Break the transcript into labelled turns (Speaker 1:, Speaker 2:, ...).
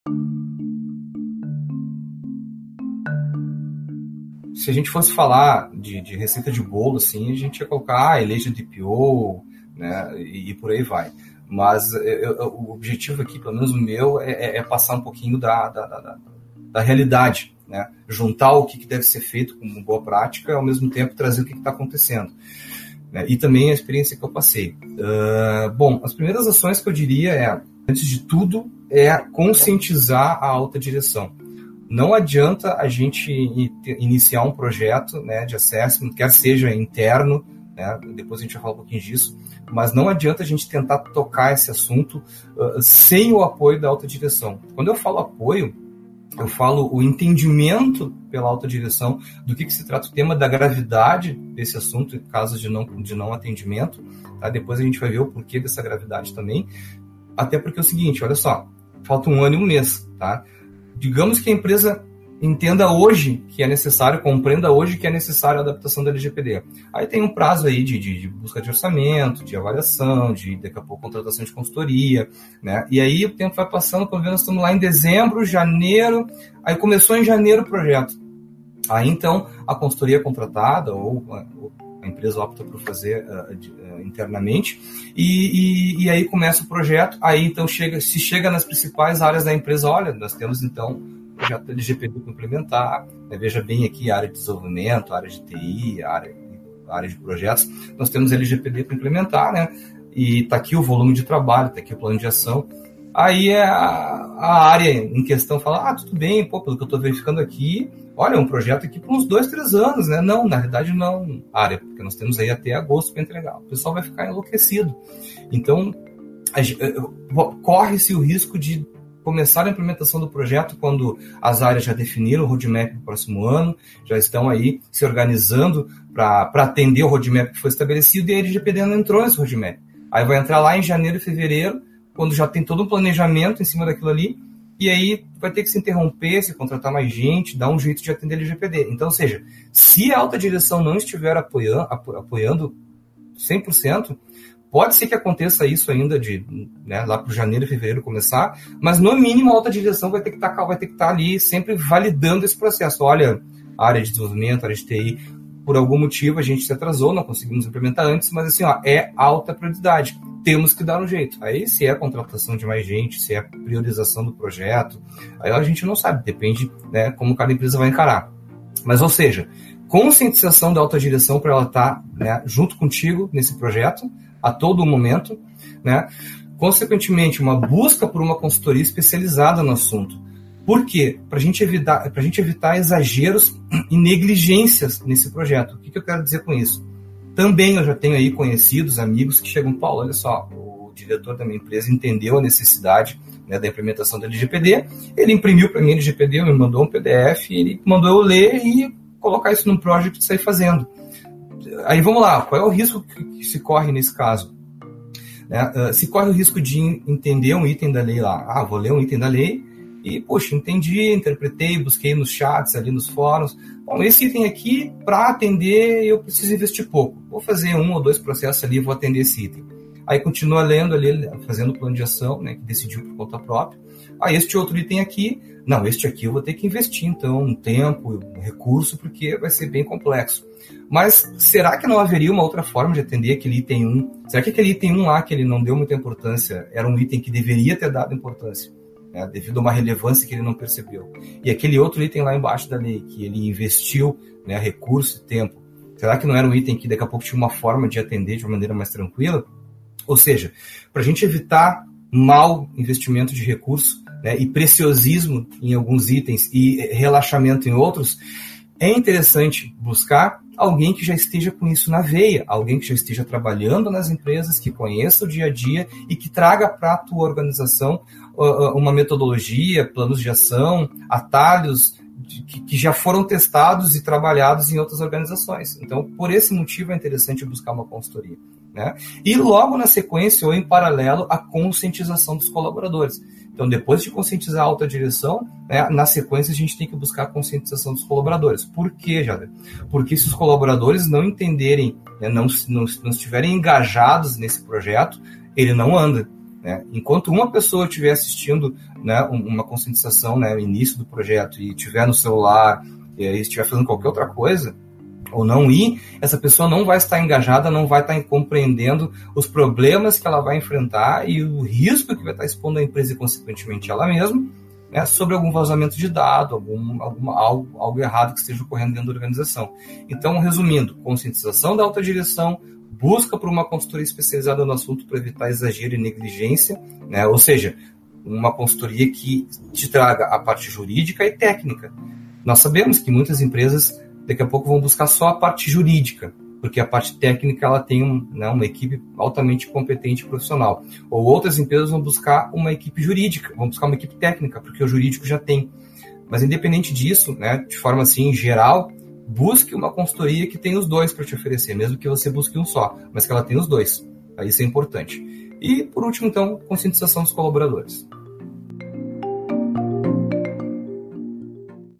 Speaker 1: Se a gente fosse falar de receita de bolo, assim, a gente ia colocar eleja DPO, né, e por aí vai. Mas o objetivo aqui, pelo menos o meu, é passar um pouquinho da realidade, né? Juntar o que deve ser feito como boa prática, ao mesmo tempo trazer o que está acontecendo, né? E também a experiência que eu passei. Bom, as primeiras ações que eu diria antes de tudo, conscientizar a alta direção. Não adianta a gente iniciar um projeto, né, de assessment, quer seja interno, né, depois a gente vai falar um pouquinho disso, mas não adianta a gente tentar tocar esse assunto sem o apoio da alta direção. Quando eu falo apoio, eu falo o entendimento pela alta direção do que se trata o tema, da gravidade desse assunto, em caso de não atendimento. Tá? Depois a gente vai ver o porquê dessa gravidade também. Até porque é o seguinte, olha só, falta 1 ano e 1 mês, tá? Digamos que a empresa entenda hoje que é necessário, compreenda hoje que é necessário a adaptação da LGPD. Aí tem um prazo aí de busca de orçamento, de avaliação, daqui a pouco contratação de consultoria, né? E aí o tempo vai passando, quando nós estamos lá em dezembro, janeiro, aí começou em janeiro o projeto. Aí então a consultoria é contratada ou a empresa opta por fazer internamente e aí começa o projeto, aí então se chega nas principais áreas da empresa, olha, nós temos então o projeto da LGPD para implementar, né? Veja bem aqui a área de desenvolvimento, a área de TI, a área de projetos, nós temos a LGPD para implementar, né? E está aqui o volume de trabalho, está aqui o plano de ação. Aí a área em questão fala, tudo bem, pelo que eu estou verificando aqui, olha, é um projeto aqui por uns 2, 3 anos, né? Não, na realidade não, área, porque nós temos aí até agosto para entregar. O pessoal vai ficar enlouquecido. Então, corre-se o risco de começar a implementação do projeto quando as áreas já definiram o roadmap para o próximo ano, já estão aí se organizando para atender o roadmap que foi estabelecido e a LGPD não entrou nesse roadmap. Aí vai entrar lá em janeiro e fevereiro, quando já tem todo um planejamento em cima daquilo ali, e aí vai ter que se interromper, se contratar mais gente, dar um jeito de atender a LGPD. Então, ou seja, se a alta direção não estiver apoiando 100%, pode ser que aconteça isso ainda lá para janeiro e fevereiro começar, mas no mínimo a alta direção vai ter que estar ali sempre validando esse processo. Olha, a área de desenvolvimento, a área de TI, por algum motivo a gente se atrasou, não conseguimos implementar antes, mas assim, é alta prioridade. Temos que dar um jeito. Aí se é a contratação de mais gente, se é a priorização do projeto, aí a gente não sabe, depende, né, como cada empresa vai encarar. Mas, ou seja, conscientização da alta direção para ela estar, né, junto contigo nesse projeto, a todo momento, né? Consequentemente, uma busca por uma consultoria especializada no assunto. Por quê? Para a gente evitar exageros e negligências nesse projeto. O que eu quero dizer com isso? Também eu já tenho aí conhecidos, amigos que chegam, Paulo, olha só, o diretor da minha empresa entendeu a necessidade, né, da implementação da LGPD, ele imprimiu para mim a LGPD, me mandou um PDF, ele mandou eu ler e colocar isso num project e sair fazendo. Aí vamos lá, qual é o risco que se corre nesse caso? Se corre o risco de entender um item da lei lá, vou ler um item da lei, e, poxa, entendi, interpretei, busquei nos chats, ali nos fóruns. Bom, esse item aqui, para atender, eu preciso investir pouco. Vou fazer 1 ou 2 processos ali e vou atender esse item. Aí continua lendo ali, fazendo o plano de ação, né, que decidiu por conta própria. Este outro item aqui, não, este aqui eu vou ter que investir, então, um tempo, um recurso, porque vai ser bem complexo. Mas será que não haveria uma outra forma de atender aquele item 1? Será que aquele item 1 lá, que ele não deu muita importância, era um item que deveria ter dado importância? Devido a uma relevância que ele não percebeu. E aquele outro item lá embaixo da lei, que ele investiu, né, recurso e tempo, será que não era um item que daqui a pouco tinha uma forma de atender de uma maneira mais tranquila? Ou seja, para a gente evitar mau investimento de recurso, né, e preciosismo em alguns itens e relaxamento em outros, é interessante buscar alguém que já esteja com isso na veia, alguém que já esteja trabalhando nas empresas, que conheça o dia a dia e que traga para a tua organização uma metodologia, planos de ação, atalhos que já foram testados e trabalhados em outras organizações. Então, por esse motivo é interessante buscar uma consultoria, né? E logo na sequência ou em paralelo, a conscientização dos colaboradores. Então, depois de conscientizar a alta direção, né, na sequência a gente tem que buscar a conscientização dos colaboradores. Por quê, Jader? Porque se os colaboradores não entenderem, né, não estiverem engajados nesse projeto, ele não anda. né? Enquanto uma pessoa estiver assistindo, né, uma conscientização, né, no início do projeto, e estiver no celular, e estiver fazendo qualquer outra coisa, ou não ir, essa pessoa não vai estar engajada, não vai estar compreendendo os problemas que ela vai enfrentar e o risco que vai estar expondo a empresa e, consequentemente, ela mesma, né, sobre algum vazamento de dado, algo errado que esteja ocorrendo dentro da organização. Então, resumindo, conscientização da alta direção, busca por uma consultoria especializada no assunto para evitar exagero e negligência, né, ou seja, uma consultoria que te traga a parte jurídica e técnica. Nós sabemos que muitas empresas daqui a pouco vão buscar só a parte jurídica, porque a parte técnica ela tem uma equipe altamente competente e profissional. Ou outras empresas vão buscar uma equipe jurídica, vão buscar uma equipe técnica, porque o jurídico já tem. Mas independente disso, né, de forma assim geral, busque uma consultoria que tenha os dois para te oferecer, mesmo que você busque um só, mas que ela tenha os dois. Isso é importante. E, por último, então, conscientização dos colaboradores.